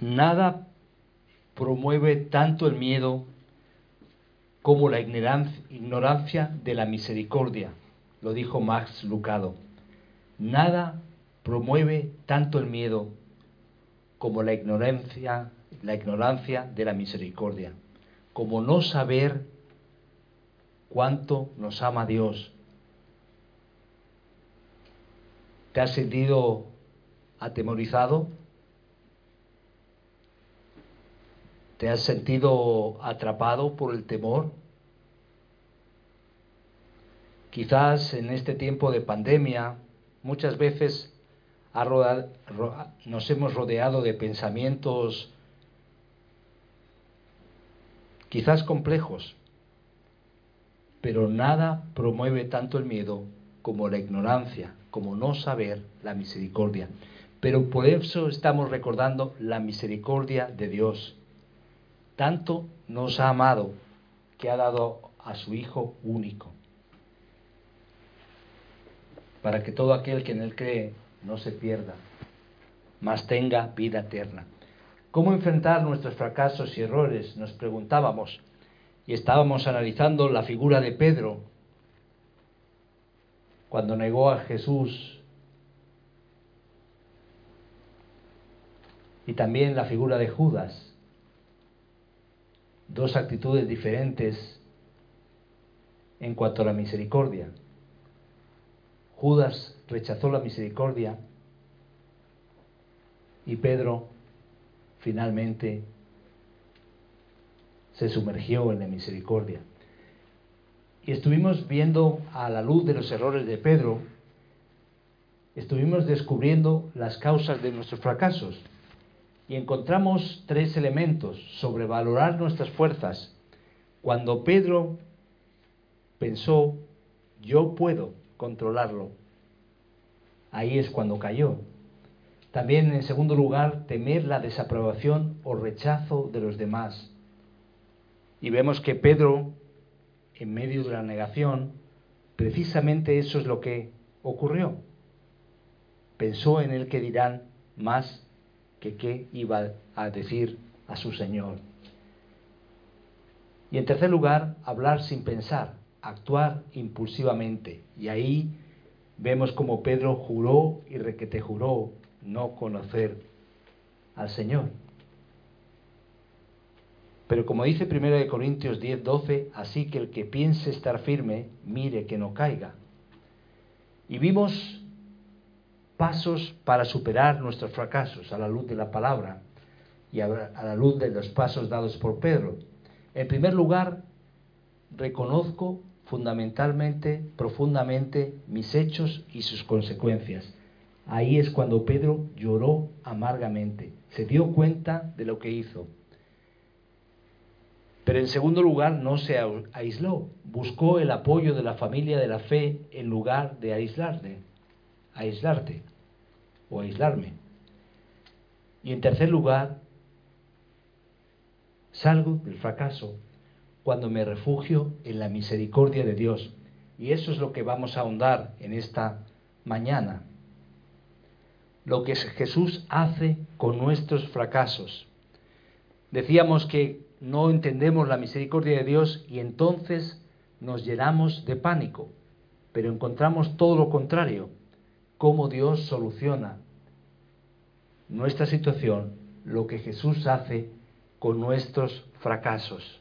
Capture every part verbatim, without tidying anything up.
Nada promueve tanto el miedo como la ignorancia de la misericordia, lo dijo Max Lucado. Nada promueve tanto el miedo como la ignorancia, la ignorancia de la misericordia, como no saber cuánto nos ama Dios. ¿Te has sentido atemorizado? ¿Te has sentido atrapado por el temor? Quizás en este tiempo de pandemia muchas veces ha rodado, nos hemos rodeado de pensamientos quizás complejos, pero nada promueve tanto el miedo como la ignorancia, como no saber la misericordia. Pero por eso estamos recordando la misericordia de Dios. Tanto nos ha amado que ha dado a su Hijo único, para que todo aquel que en Él cree no se pierda, mas tenga vida eterna. ¿Cómo enfrentar nuestros fracasos y errores?, nos preguntábamos, y estábamos analizando la figura de Pedro, cuando negó a Jesús, y también la figura de Judas. Dos actitudes diferentes en cuanto a la misericordia. Judas rechazó la misericordia y Pedro finalmente se sumergió en la misericordia. Y estuvimos viendo, a la luz de los errores de Pedro, estuvimos descubriendo las causas de nuestros fracasos. Y encontramos tres elementos: sobrevalorar nuestras fuerzas. Cuando Pedro pensó, yo puedo controlarlo, ahí es cuando cayó. También, en segundo lugar, temer la desaprobación o rechazo de los demás. Y vemos que Pedro, en medio de la negación, precisamente eso es lo que ocurrió. Pensó en el que dirán más que qué iba a decir a su Señor. Y en tercer lugar, hablar sin pensar, actuar impulsivamente. Y ahí vemos como Pedro juró y requete juró no conocer al Señor. Pero como dice primera de Corintios diez, doce, así que el que piense estar firme, mire que no caiga. Y vimos pasos para superar nuestros fracasos a la luz de la palabra y a la luz de los pasos dados por Pedro. En primer lugar, reconozco fundamentalmente, profundamente, mis hechos y sus consecuencias. Ahí es cuando Pedro lloró amargamente, se dio cuenta de lo que hizo. Pero en segundo lugar, no se aisló, buscó el apoyo de la familia de la fe en lugar de aislarle, aislarte o aislarme. Y en tercer lugar, salgo del fracaso cuando me refugio en la misericordia de Dios. Y eso es lo que vamos a ahondar en esta mañana. Lo que Jesús hace con nuestros fracasos. Decíamos que no entendemos la misericordia de Dios y entonces nos llenamos de pánico. Pero encontramos todo lo contrario, cómo Dios soluciona nuestra situación, lo que Jesús hace con nuestros fracasos.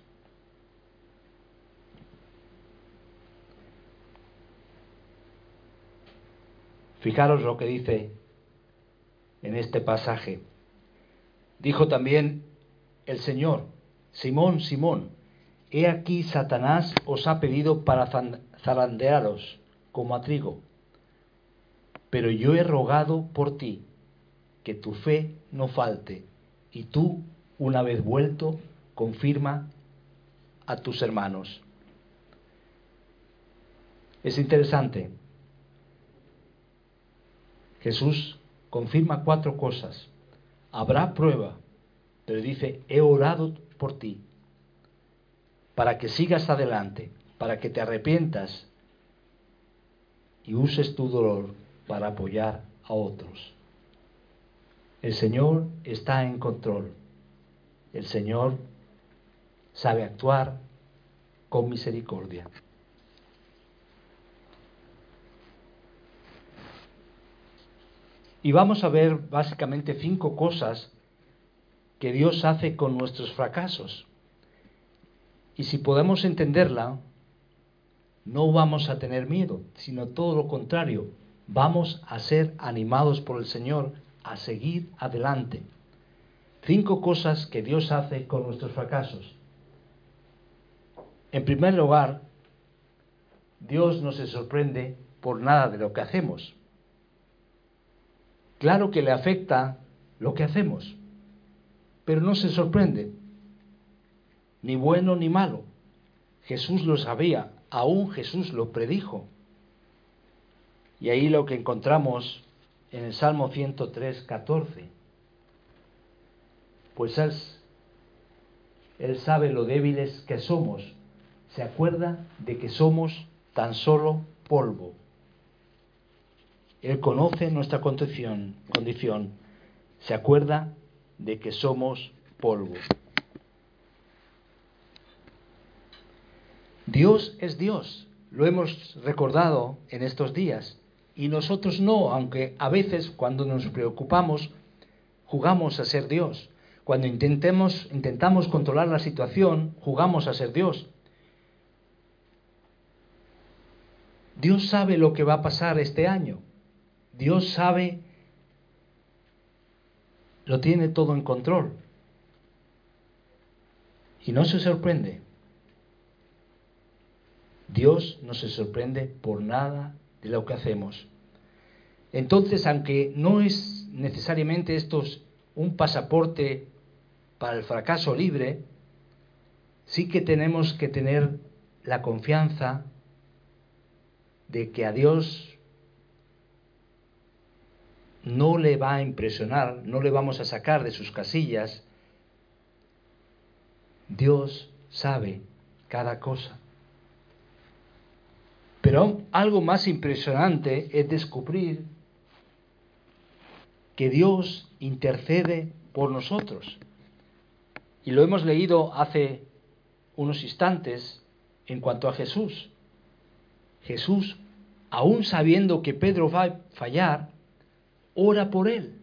Fijaros lo que dice en este pasaje. Dijo también el Señor: Simón, Simón, he aquí Satanás os ha pedido para zarandearos como a trigo, pero yo he rogado por ti que tu fe no falte, y tú, una vez vuelto, confirma a tus hermanos. Es interesante. Jesús confirma cuatro cosas. Habrá prueba, pero dice, he orado por ti, para que sigas adelante, para que te arrepientas y uses tu dolor para apoyar a otros. El Señor está en control. El Señor sabe actuar con misericordia. Y vamos a ver básicamente cinco cosas que Dios hace con nuestros fracasos. Y si podemos entenderla, no vamos a tener miedo, sino todo lo contrario. Vamos a ser animados por el Señor a seguir adelante. Cinco cosas que Dios hace con nuestros fracasos. En primer lugar, Dios no se sorprende por nada de lo que hacemos. Claro que le afecta lo que hacemos, pero no se sorprende, ni bueno ni malo. Jesús lo sabía, aún Jesús lo predijo. Y ahí lo que encontramos en el Salmo ciento tres, catorce. Pues él, él sabe lo débiles que somos, se acuerda de que somos tan solo polvo. Él conoce nuestra condición, condición, se acuerda de que somos polvo. Dios es Dios, lo hemos recordado en estos días, y nosotros no, aunque a veces cuando nos preocupamos jugamos a ser Dios. Cuando intentemos, intentamos controlar la situación, jugamos a ser Dios. Dios sabe lo que va a pasar este año. Dios sabe, lo tiene todo en control. Y no se sorprende. Dios no se sorprende por nada de lo que hacemos. Entonces, aunque no es necesariamente esto un pasaporte para el fracaso libre, sí que tenemos que tener la confianza de que a Dios no le va a impresionar, no le vamos a sacar de sus casillas. Dios sabe cada cosa. Pero algo más impresionante es descubrir que Dios intercede por nosotros. Y lo hemos leído hace unos instantes en cuanto a Jesús. Jesús, aún sabiendo que Pedro va a fallar, ora por él.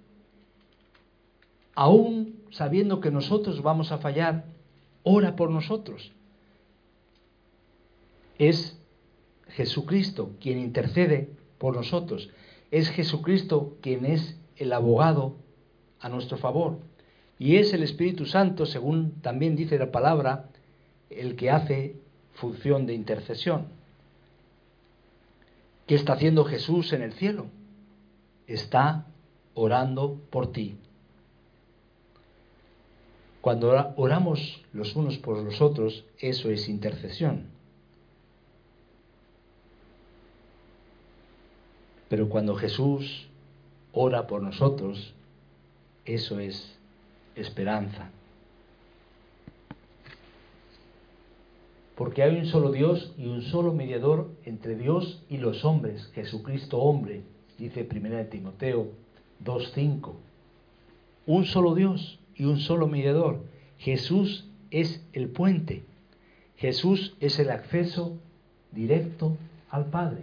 Aún sabiendo que nosotros vamos a fallar, ora por nosotros. Es Jesucristo quien intercede por nosotros. Es Jesucristo quien es el abogado a nuestro favor. Y es el Espíritu Santo, según también dice la palabra, el que hace función de intercesión. ¿Qué está haciendo Jesús en el cielo? Está orando por ti. Cuando oramos los unos por los otros, eso es intercesión. Pero cuando Jesús ora por nosotros, eso es esperanza. Porque hay un solo Dios y un solo mediador entre Dios y los hombres, Jesucristo hombre, dice primera de Timoteo dos cinco. Un solo Dios y un solo mediador. Jesús es el puente. Jesús es el acceso directo al Padre.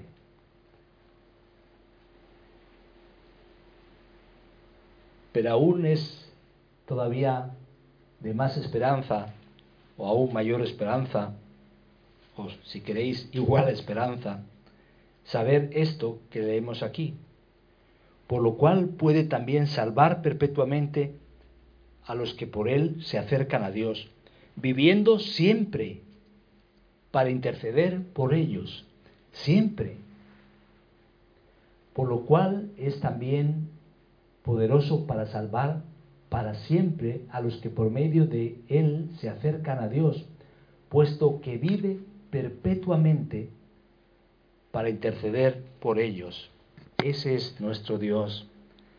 Pero aún es todavía de más esperanza, o aún mayor esperanza, o si queréis igual esperanza, saber esto que leemos aquí, por lo cual puede también salvar perpetuamente a los que por él se acercan a Dios, viviendo siempre para interceder por ellos, siempre, por lo cual es también poderoso para salvar para siempre a los que por medio de él se acercan a Dios, puesto que vive perpetuamente para interceder por ellos. Ese es nuestro Dios.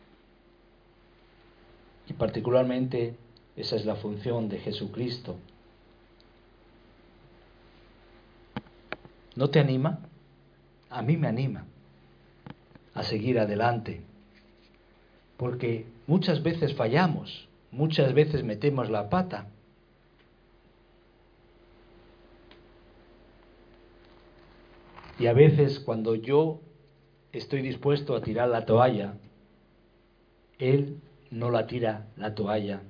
Y particularmente esa es la función de Jesucristo. ¿No te anima? A mí me anima a seguir adelante. porque muchas veces fallamos, muchas veces metemos la pata. Y a veces cuando yo estoy dispuesto a tirar la toalla, Él no la tira la toalla.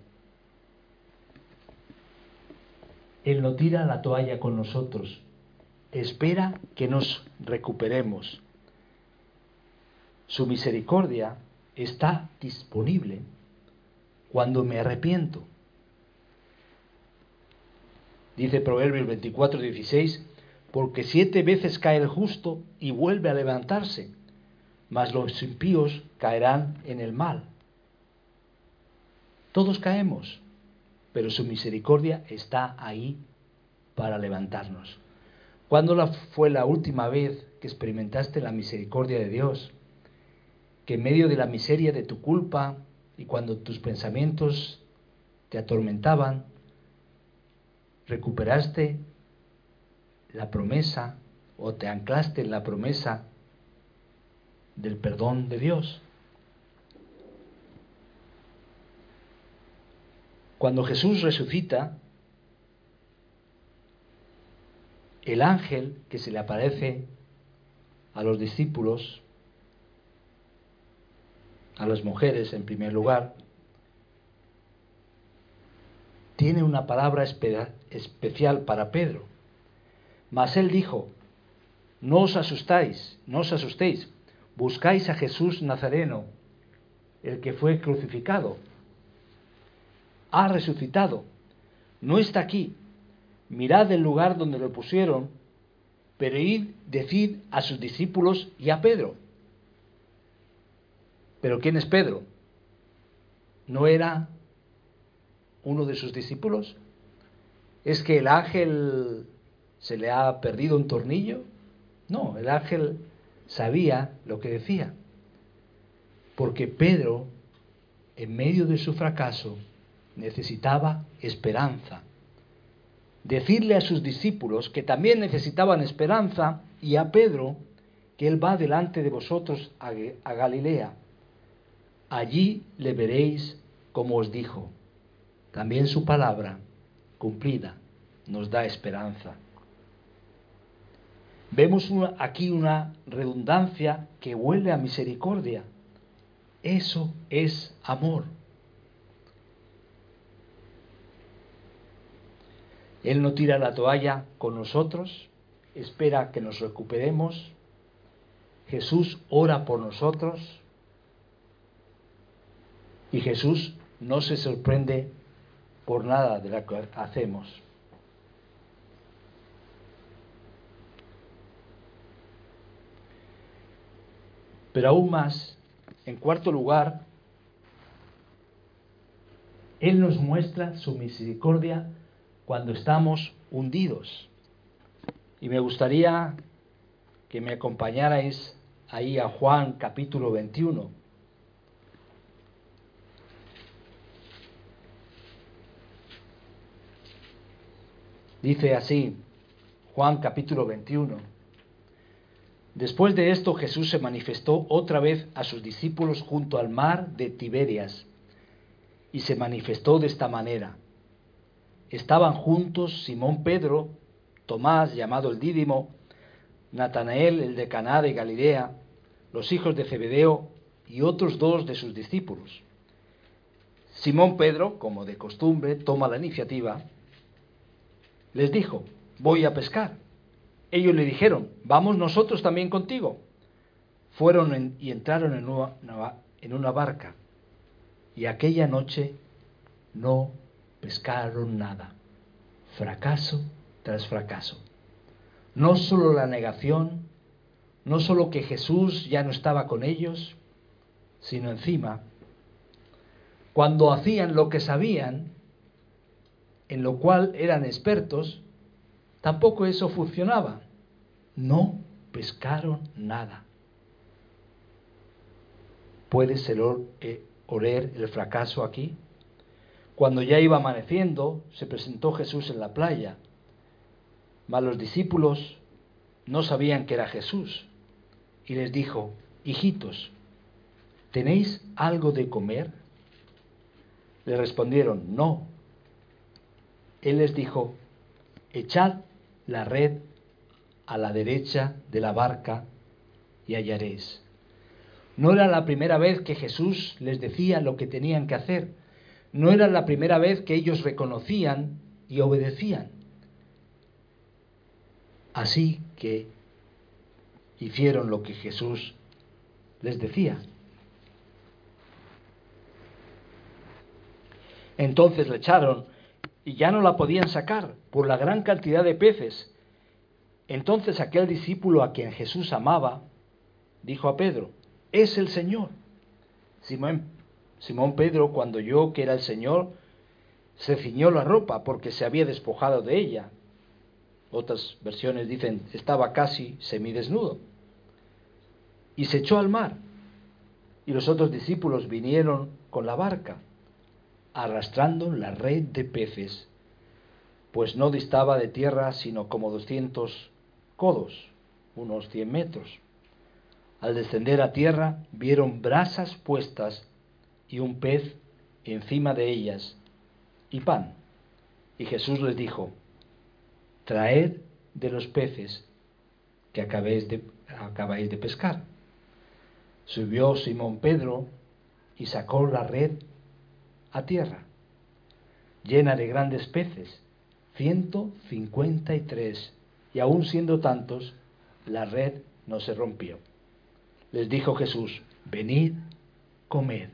Él no tira la toalla con nosotros. Espera que nos recuperemos. Su misericordia está disponible cuando me arrepiento. Dice Proverbios veinticuatro, dieciséis, porque siete veces cae el justo y vuelve a levantarse, mas los impíos caerán en el mal. Todos caemos, pero su misericordia está ahí para levantarnos. ¿Cuándo la, fue la última vez que experimentaste la misericordia de Dios? Que en medio de la miseria de tu culpa y cuando tus pensamientos te atormentaban, recuperaste la promesa o te anclaste en la promesa del perdón de Dios. Cuando Jesús resucita, el ángel que se le aparece a los discípulos, a las mujeres en primer lugar, tiene una palabra espe- especial para Pedro. Mas él dijo, no os asustáis, no os asustéis, buscáis a Jesús Nazareno, el que fue crucificado. Ha resucitado, no está aquí. Mirad el lugar donde lo pusieron, pero id, decid a sus discípulos y a Pedro. ¿Pero quién es Pedro? ¿No era uno de sus discípulos? ¿Es que el ángel se le ha perdido un tornillo? No, el ángel sabía lo que decía. Porque Pedro, en medio de su fracaso, necesitaba esperanza. Decirle a sus discípulos que también necesitaban esperanza y a Pedro que él va delante de vosotros a, a Galilea. Allí le veréis como os dijo. También su palabra cumplida nos da esperanza. Vemos una, aquí una redundancia que huele a misericordia. Eso es amor. Él no tira la toalla con nosotros, espera que nos recuperemos. Jesús ora por nosotros y Jesús no se sorprende por nada de lo que hacemos. Pero aún más, en cuarto lugar, Él nos muestra su misericordia cuando estamos hundidos. Y me gustaría que me acompañarais ahí a Juan capítulo veintiuno. Dice así, Juan capítulo veintiuno. Después de esto Jesús se manifestó otra vez a sus discípulos junto al mar de Tiberias y se manifestó de esta manera. Estaban juntos Simón Pedro, Tomás llamado el Dídimo, Natanael el de Caná de Galilea, los hijos de Zebedeo y otros dos de sus discípulos. Simón Pedro, como de costumbre, toma la iniciativa. Les dijo, voy a pescar. Ellos le dijeron, vamos nosotros también contigo. Fueron en, y entraron en una, en una barca, y aquella noche no pescaron nada. Fracaso tras fracaso. No solo la negación, no solo que Jesús ya no estaba con ellos, sino encima, cuando hacían lo que sabían, en lo cual eran expertos, tampoco eso funcionaba. No pescaron nada. ¿Puedes oler el fracaso aquí? Cuando ya iba amaneciendo, se presentó Jesús en la playa, mas los discípulos no sabían que era Jesús, y les dijo, hijitos, ¿tenéis algo de comer? Le respondieron, no. Él les dijo, echad la red a la derecha de la barca y hallaréis. No era la primera vez que Jesús les decía lo que tenían que hacer. No era la primera vez que ellos reconocían y obedecían. Así que hicieron lo que Jesús les decía. Entonces le echaron y ya no la podían sacar por la gran cantidad de peces. Entonces aquel discípulo a quien Jesús amaba dijo a Pedro, es el Señor. Simón, Simón Pedro, cuando oyó que era el Señor, se ciñó la ropa porque se había despojado de ella. Otras versiones dicen, estaba casi semidesnudo. Y se echó al mar. Y los otros discípulos vinieron con la barca, arrastrando la red de peces, pues no distaba de tierra sino como doscientos codos, unos cien metros. Al descender a tierra vieron brasas puestas y un pez encima de ellas y pan. Y Jesús les dijo, traed de los peces que acabáis de, acabáis de pescar. Subió Simón Pedro y sacó la red a tierra, llena de grandes peces, ciento cincuenta y tres, y aun siendo tantos, la red no se rompió. Les dijo Jesús, venid, comed.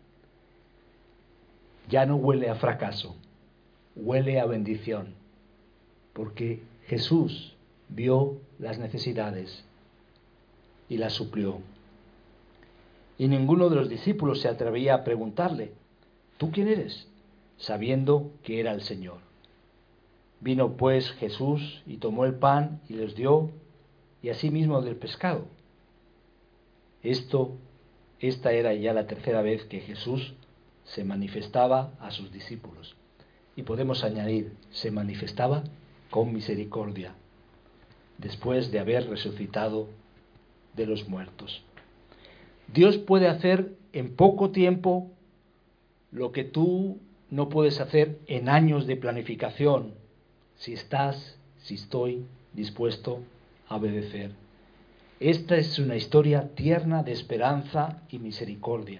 Ya no huele a fracaso, huele a bendición, porque Jesús vio las necesidades y las suplió. Y ninguno de los discípulos se atrevía a preguntarle, ¿tú quién eres?, sabiendo que era el Señor. Vino pues Jesús y tomó el pan y les dio, y asimismo del pescado. Esto, esta era ya la tercera vez que Jesús se manifestaba a sus discípulos. Y podemos añadir, se manifestaba con misericordia, después de haber resucitado de los muertos. Dios puede hacer en poco tiempo lo que tú no puedes hacer en años de planificación, si estás, si estoy dispuesto a obedecer. Esta es una historia tierna de esperanza y misericordia.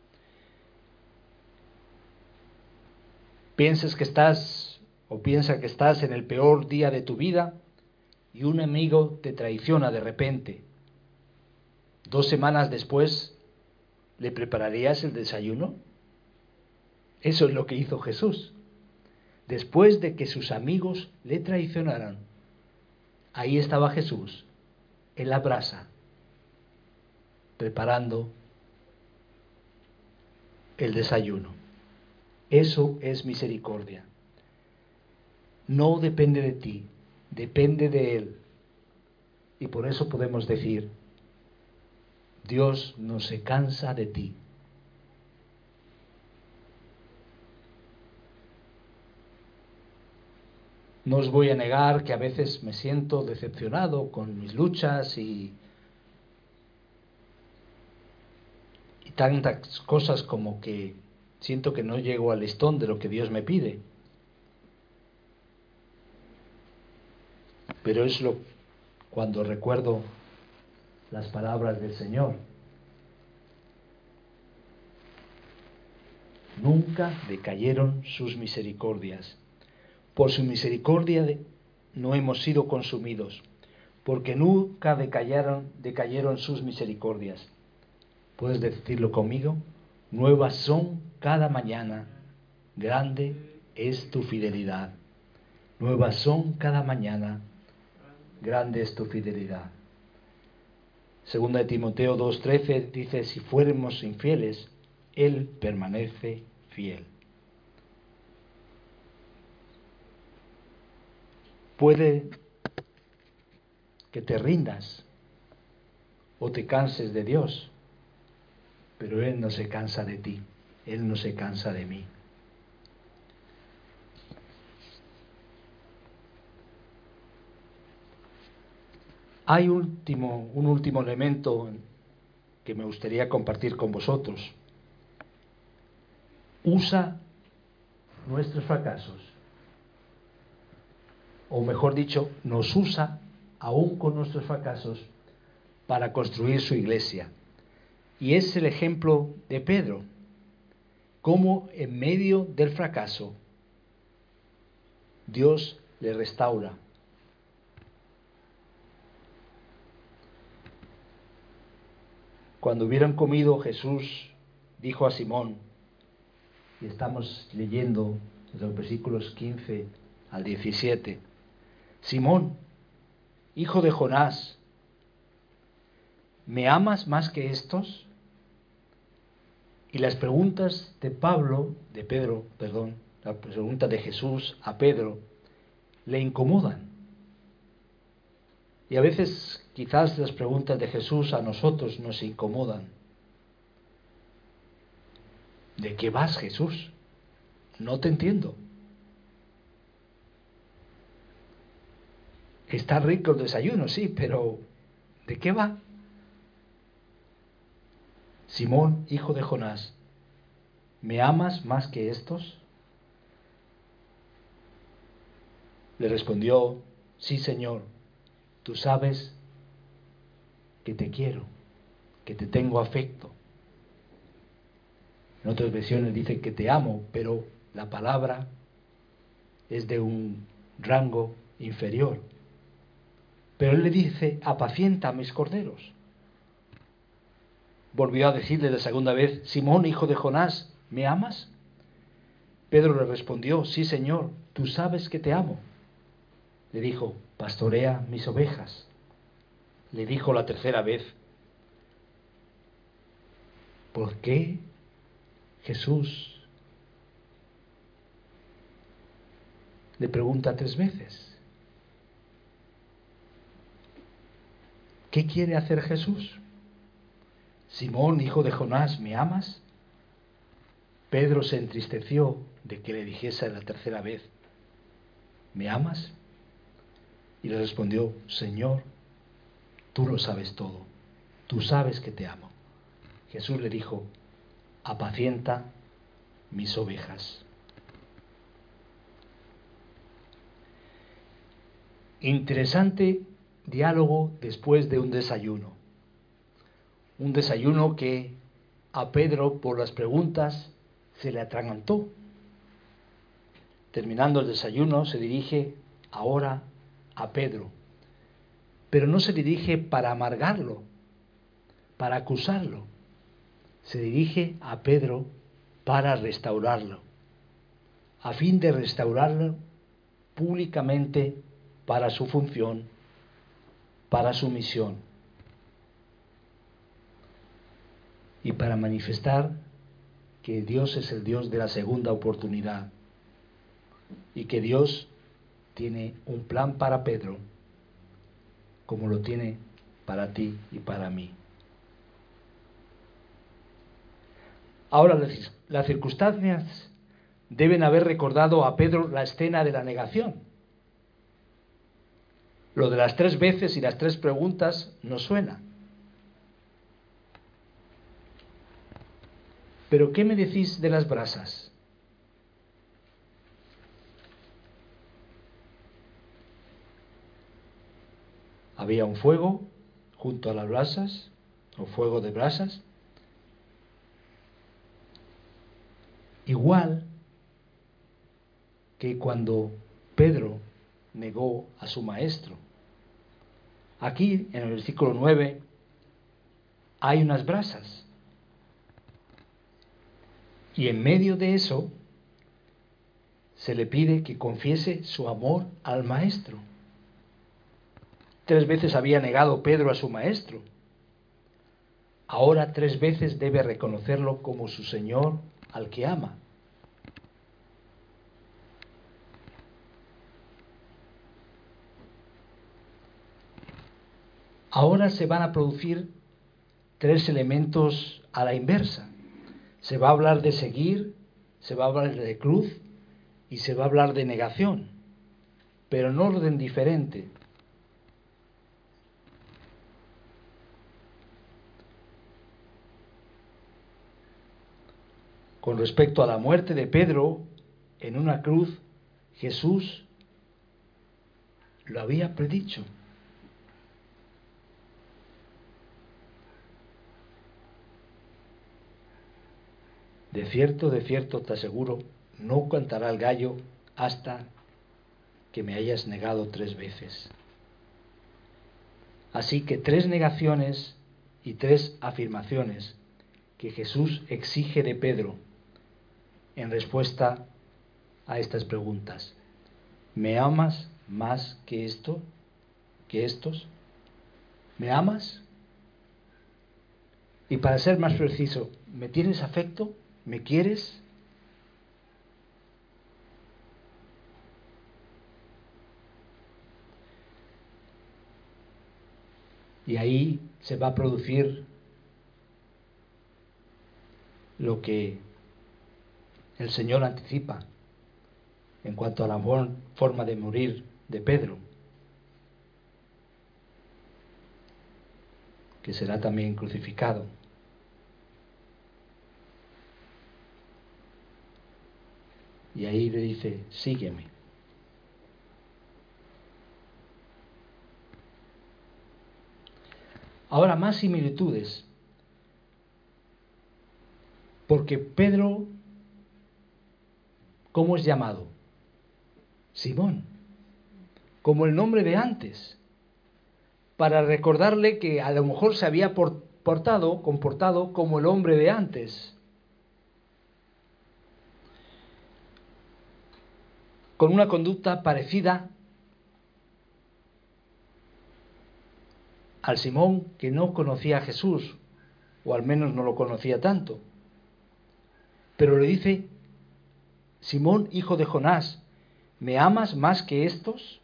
Piensas que estás o piensa que estás en el peor día de tu vida y un amigo te traiciona de repente. Dos semanas después, ¿le prepararías el desayuno? Eso es lo que hizo Jesús. Después de que sus amigos le traicionaran, ahí estaba Jesús, en la brasa, preparando el desayuno. Eso es misericordia. No depende de ti, depende de Él. Y por eso podemos decir, Dios no se cansa de ti. No os voy a negar que a veces me siento decepcionado con mis luchas y, y tantas cosas como que siento que no llego al listón de lo que Dios me pide. Pero es lo cuando recuerdo las palabras del Señor. Nunca decayeron sus misericordias. Por su misericordia no hemos sido consumidos, porque nunca decayeron, decayeron sus misericordias. ¿Puedes decirlo conmigo? Nuevas son cada mañana, grande es tu fidelidad. Nuevas son cada mañana, grande es tu fidelidad. Segunda de Timoteo dos trece dice, si fuéramos infieles, Él permanece fiel. Puede que te rindas o te canses de Dios, pero Él no se cansa de ti, Él no se cansa de mí. Hay último, un último elemento que me gustaría compartir con vosotros. Usa nuestros fracasos, o mejor dicho, nos usa aún con nuestros fracasos para construir su iglesia. Y es el ejemplo de Pedro, cómo en medio del fracaso Dios le restaura. Cuando hubieran comido, Jesús dijo a Simón, y estamos leyendo desde los versículos quince al diecisiete, Simón, hijo de Jonás, ¿me amas más que estos? Y las preguntas de Pablo, de Pedro, perdón, la pregunta de Jesús a Pedro, le incomodan. Y a veces quizás las preguntas de Jesús a nosotros nos incomodan. ¿De qué vas, Jesús? No te entiendo. Está rico el desayuno, sí, pero ¿de qué va? Simón, hijo de Jonás, ¿me amas más que estos? Le respondió, sí, Señor, tú sabes que te quiero, que te tengo afecto. En otras versiones dice que te amo, pero la palabra es de un rango inferior. Pero él le dice, apacienta a mis corderos. Volvió a decirle la segunda vez, Simón, hijo de Jonás, ¿me amas? Pedro le respondió, sí, Señor, tú sabes que te amo. Le dijo, pastorea mis ovejas. Le dijo la tercera vez, ¿por qué Jesús le pregunta tres veces? ¿Qué quiere hacer Jesús? Simón, hijo de Jonás, ¿me amas? Pedro se entristeció de que le dijese la tercera vez, ¿me amas? Y le respondió, Señor, tú lo sabes todo, tú sabes que te amo. Jesús le dijo, apacienta mis ovejas. Interesante diálogo después de un desayuno. Un desayuno que a Pedro, por las preguntas, se le atragantó. Terminando el desayuno, se dirige ahora a Pedro. Pero no se dirige para amargarlo, para acusarlo. Se dirige a Pedro para restaurarlo, a fin de restaurarlo públicamente para su función, para su misión y para manifestar que Dios es el Dios de la segunda oportunidad y que Dios tiene un plan para Pedro como lo tiene para ti y para mí. Ahora, las circunstancias deben haber recordado a Pedro la escena de la negación. Lo de las tres veces y las tres preguntas no suena. ¿Pero qué me decís de las brasas? Había un fuego junto a las brasas, o fuego de brasas. Igual que cuando Pedro negó a su maestro. Aquí, en el versículo nueve, hay unas brasas. Y en medio de eso, se le pide que confiese su amor al maestro. Tres veces había negado Pedro a su maestro. Ahora tres veces debe reconocerlo como su Señor al que ama. Ahora se van a producir tres elementos a la inversa. Se va a hablar de seguir, se va a hablar de cruz y se va a hablar de negación, pero en orden diferente. Con respecto a la muerte de Pedro en una cruz, Jesús lo había predicho. De cierto, de cierto te aseguro, no cantará el gallo hasta que me hayas negado tres veces. Así que tres negaciones y tres afirmaciones que Jesús exige de Pedro en respuesta a estas preguntas. ¿Me amas más que esto? ¿Que estos? ¿Me amas? Y para ser más preciso, ¿me tienes afecto? ¿Me quieres? Y ahí se va a producir lo que el Señor anticipa en cuanto a la forma de morir de Pedro, que será también crucificado. Y ahí le dice, sígueme. Ahora más similitudes, porque Pedro, ¿cómo es llamado? Simón, como el nombre de antes, para recordarle que a lo mejor se había portado, comportado como el hombre de antes, con una conducta parecida al Simón que no conocía a Jesús, o al menos no lo conocía tanto. Pero le dice, Simón, hijo de Jonás, ¿me amas más que estos?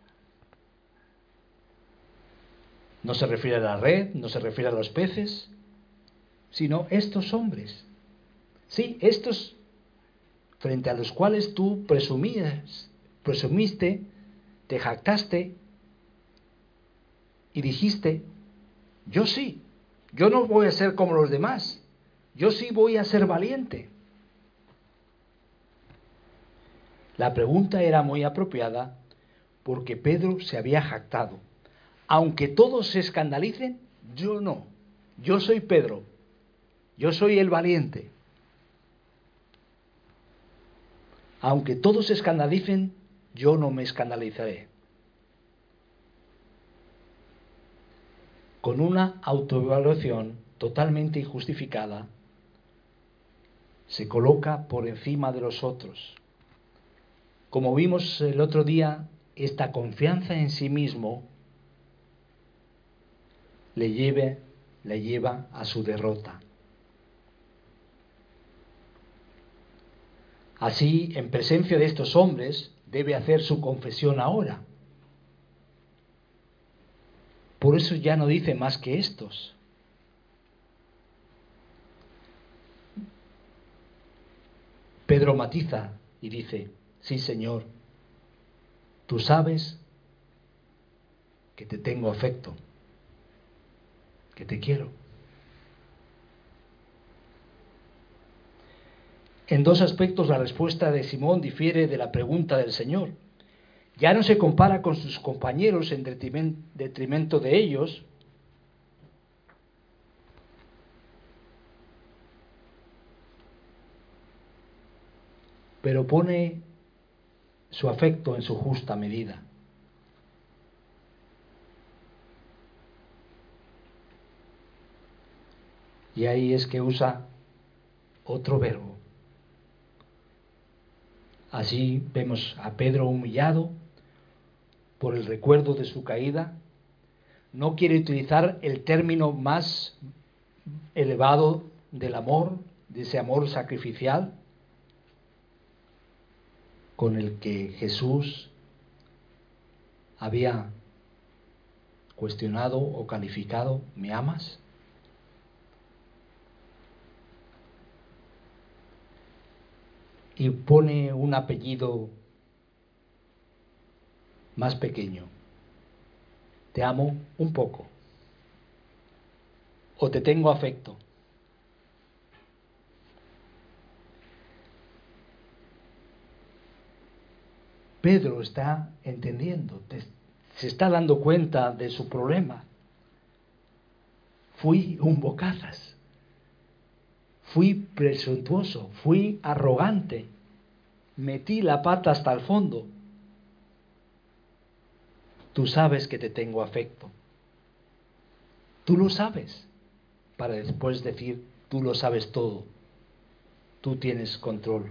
No se refiere a la red, no se refiere a los peces, sino estos hombres. Sí, estos frente a los cuales tú presumías, presumiste, te jactaste y dijiste, yo sí, yo no voy a ser como los demás, yo sí voy a ser valiente. La pregunta era muy apropiada porque Pedro se había jactado. Aunque todos se escandalicen, yo no. Yo soy Pedro. Yo soy el valiente. Aunque todos se escandalicen, yo no me escandalizaré. Con una autoevaluación totalmente injustificada, se coloca por encima de los otros. Como vimos el otro día, esta confianza en sí mismo le, lleve, le lleva a su derrota. Así, en presencia de estos hombres, debe hacer su confesión ahora. Por eso ya no dice más que estos. Pedro matiza y dice, sí, Señor, tú sabes que te tengo afecto, que te quiero. En dos aspectos la respuesta de Simón difiere de la pregunta del Señor. Ya no se compara con sus compañeros en detrimento de ellos, pero pone su afecto en su justa medida. Y ahí es que usa otro verbo. Así vemos a Pedro humillado por el recuerdo de su caída. No quiere utilizar el término más elevado del amor, de ese amor sacrificial con el que Jesús había cuestionado o calificado, ¿me amas? Y pone un apellido más pequeño. Te amo un poco. O te tengo afecto. Pedro está entendiendo, te- se está dando cuenta de su problema. Fui un bocazas, fui presuntuoso, fui arrogante, metí la pata hasta el fondo. Tú sabes que te tengo afecto. Tú lo sabes, para después decir, tú lo sabes todo. Tú tienes control.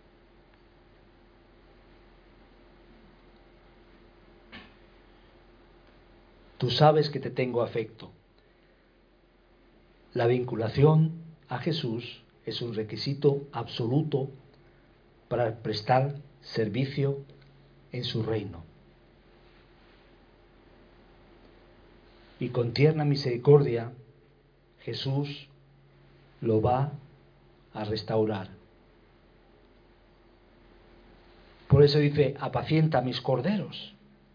Tú sabes que te tengo afecto. La vinculación a Jesús es un requisito absoluto para prestar servicio en su reino. Y con tierna misericordia, Jesús lo va a restaurar. Por eso dice, apacienta mis corderos.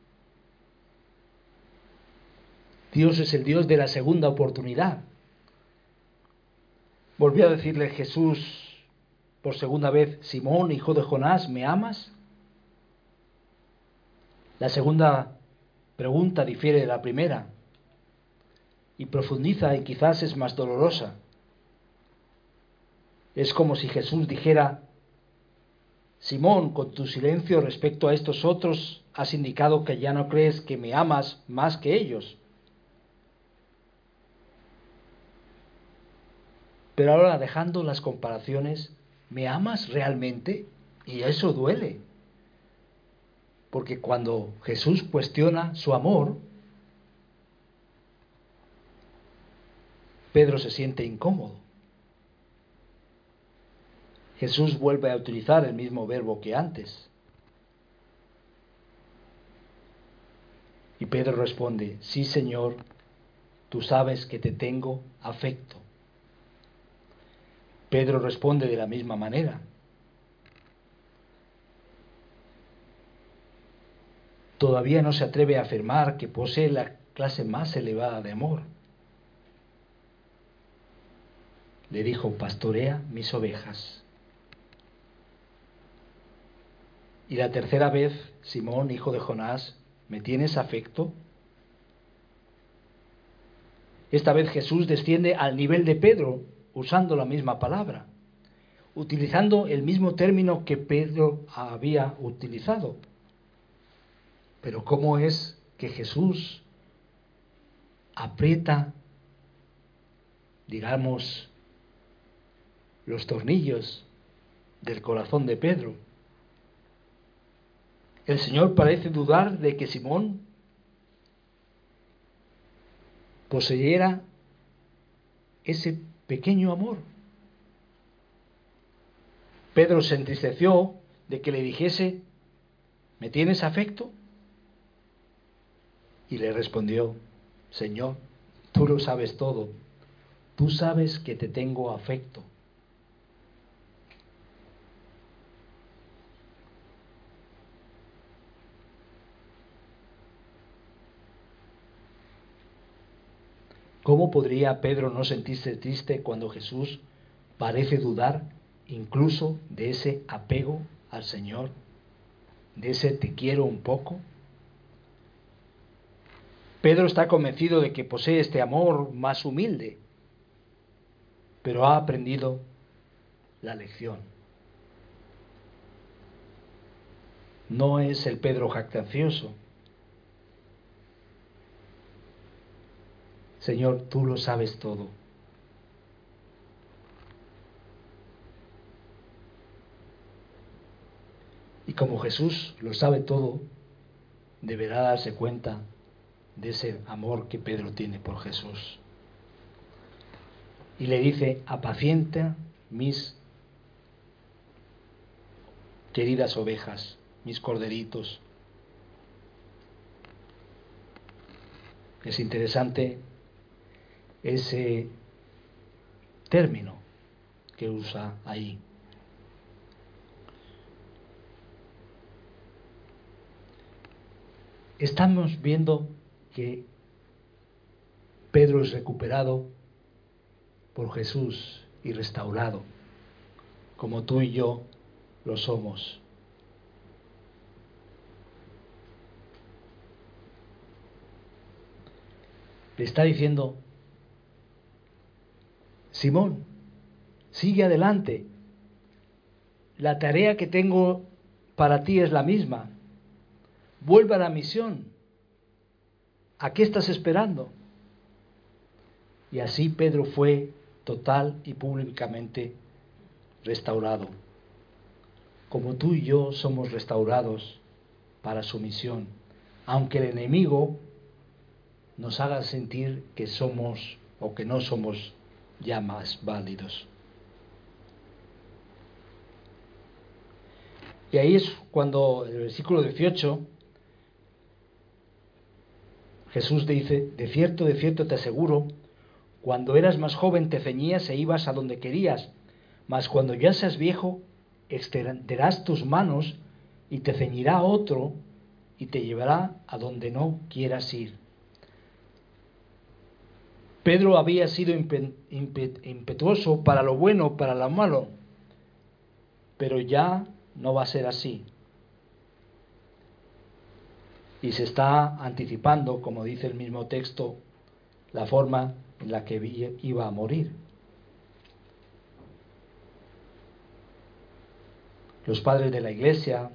Dios es el Dios de la segunda oportunidad. Volvió a decirle Jesús por segunda vez, Simón, hijo de Jonás, ¿me amas? La segunda pregunta difiere de la primera y profundiza y quizás es más dolorosa. Es como si Jesús dijera, Simón, con tu silencio respecto a estos otros has indicado que ya no crees que me amas más que ellos. Pero ahora, dejando las comparaciones, ¿me amas realmente? Y eso duele. Porque cuando Jesús cuestiona su amor, Pedro se siente incómodo. Jesús vuelve a utilizar el mismo verbo que antes. Y Pedro responde, sí, Señor, tú sabes que te tengo afecto. Pedro responde de la misma manera. Todavía no se atreve a afirmar que posee la clase más elevada de amor. Le dijo, pastorea mis ovejas. Y la tercera vez, Simón, hijo de Jonás, ¿me tienes afecto? Esta vez Jesús desciende al nivel de Pedro, usando la misma palabra, utilizando el mismo término que Pedro había utilizado. Pero ¿cómo es que Jesús aprieta, digamos, los tornillos del corazón de Pedro? El Señor parece dudar de que Simón poseyera ese pequeño amor. Pedro se entristeció de que le dijese, ¿me tienes afecto? Y le respondió, Señor, tú lo sabes todo, tú sabes que te tengo afecto. ¿Cómo podría Pedro no sentirse triste cuando Jesús parece dudar incluso de ese apego al Señor, de ese te quiero un poco? Pedro está convencido de que posee este amor más humilde, pero ha aprendido la lección. No es el Pedro jactancioso. Señor, tú lo sabes todo. Y como Jesús lo sabe todo, deberá darse cuenta de ese amor que Pedro tiene por Jesús. Y le dice, apacienta mis queridas ovejas, mis corderitos. Es interesante ese término que usa ahí. Estamos viendo que Pedro es recuperado por Jesús y restaurado, como tú y yo lo somos. Le está diciendo: Simón, sigue adelante. La tarea que tengo para ti es la misma. Vuelve a la misión. ¿A qué estás esperando? Y así Pedro fue total y públicamente restaurado. Como tú y yo somos restaurados para su misión, aunque el enemigo nos haga sentir que somos o que no somos ya más válidos. Y ahí es cuando en el versículo dieciocho Jesús dice: de cierto, de cierto te aseguro, cuando eras más joven te ceñías e ibas a donde querías, mas cuando ya seas viejo extenderás tus manos y te ceñirá otro y te llevará a donde no quieras ir. Pedro había sido impetuoso para lo bueno, para lo malo, pero ya no va a ser así. Y se está anticipando, como dice el mismo texto, la forma en la que iba a morir. Los padres de la Iglesia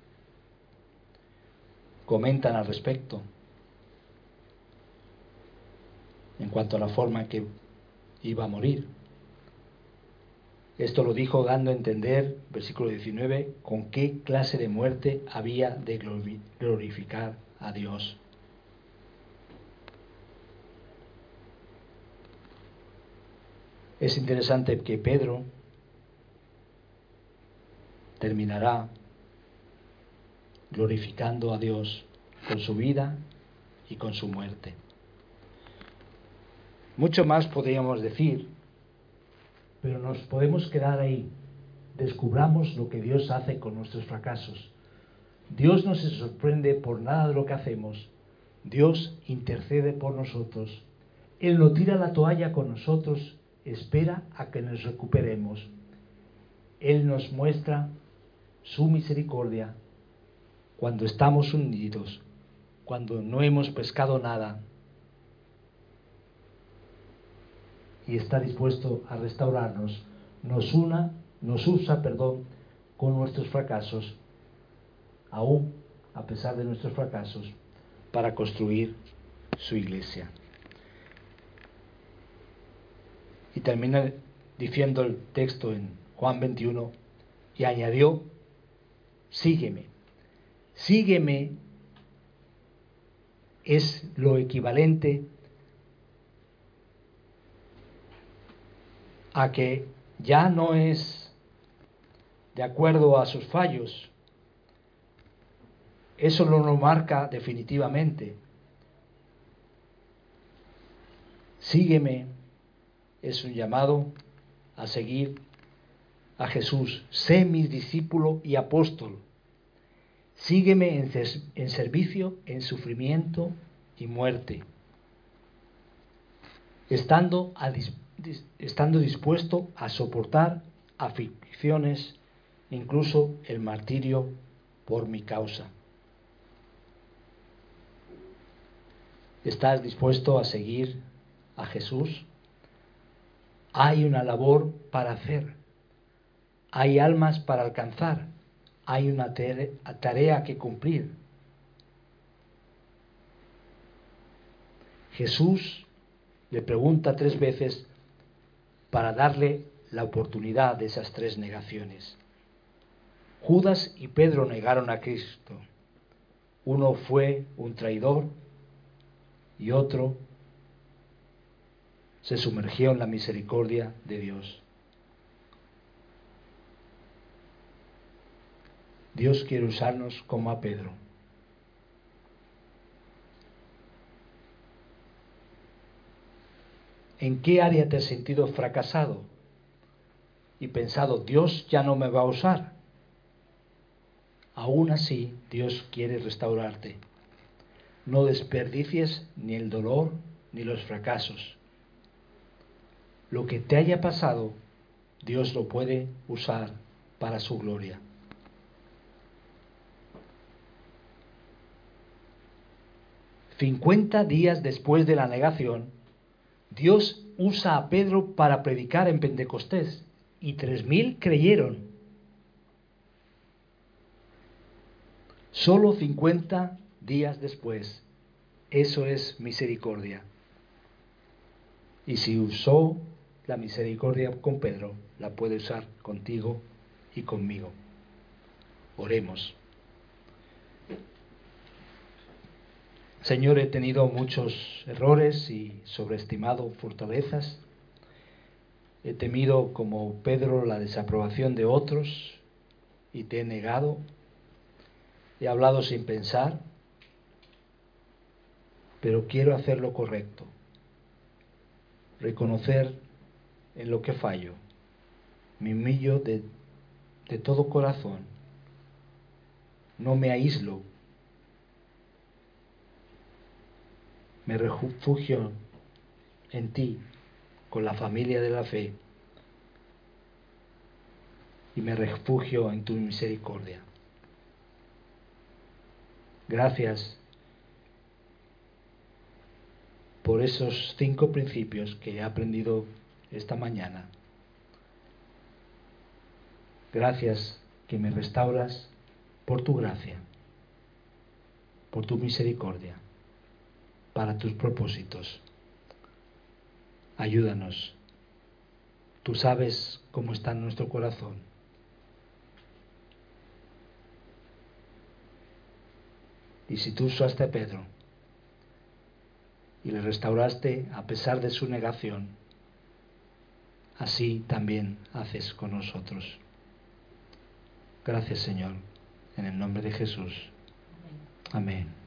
comentan al respecto en cuanto a la forma en que iba a morir. Esto lo dijo dando a entender, versículo diecinueve, con qué clase de muerte había de glorificar a Dios. Es interesante que Pedro terminará glorificando a Dios con su vida y con su muerte. Mucho más podríamos decir, pero nos podemos quedar ahí. Descubramos lo que Dios hace con nuestros fracasos. Dios no se sorprende por nada de lo que hacemos. Dios intercede por nosotros. Él no tira la toalla con nosotros, espera a que nos recuperemos. Él nos muestra su misericordia cuando estamos hundidos, cuando no hemos pescado nada, y está dispuesto a restaurarnos. Nos una, nos usa, perdón, con nuestros fracasos, aún a pesar de nuestros fracasos, para construir su iglesia. Y termina diciendo el texto en Juan veintiuno, y añadió: sígueme. Sígueme es lo equivalente a que ya no es de acuerdo a sus fallos. Eso no lo marca definitivamente. Sígueme es un llamado a seguir a Jesús. Sé mi discípulo y apóstol. Sígueme en, en servicio, en sufrimiento y muerte, estando, a, estando dispuesto a soportar aflicciones, incluso el martirio por mi causa. ¿Estás dispuesto a seguir a Jesús? Hay una labor para hacer, hay almas para alcanzar, hay una tarea que cumplir. Jesús le pregunta tres veces para darle la oportunidad de esas tres negaciones. Judas y Pedro negaron a Cristo. Uno fue un traidor y otro se sumergió en la misericordia de Dios. Dios quiere usarnos como a Pedro. ¿En qué área te has sentido fracasado y pensado, Dios ya no me va a usar? Aún así, Dios quiere restaurarte. No desperdicies ni el dolor ni los fracasos. Lo que te haya pasado, Dios lo puede usar para su gloria. cincuenta días después de la negación, Dios usa a Pedro para predicar en Pentecostés y tres mil creyeron. Solo cincuenta días después. Eso es misericordia. Y si usó la misericordia con Pedro, la puede usar contigo y conmigo. Oremos. Señor, he tenido muchos errores y sobreestimado fortalezas. He temido, como Pedro, la desaprobación de otros y te he negado. He hablado sin pensar, pero quiero hacer lo correcto. Reconocer en lo que fallo. Me humillo de, de todo corazón. No me aíslo. Me refugio en ti, con la familia de la fe, y me refugio en tu misericordia. Gracias por esos cinco principios que he aprendido esta mañana. Gracias que me restauras por tu gracia, por tu misericordia, para tus propósitos. Ayúdanos. Tú sabes cómo está nuestro corazón. Y si tú usaste a Pedro y le restauraste a pesar de su negación, así también haces con nosotros. Gracias, Señor, en el nombre de Jesús. Amén.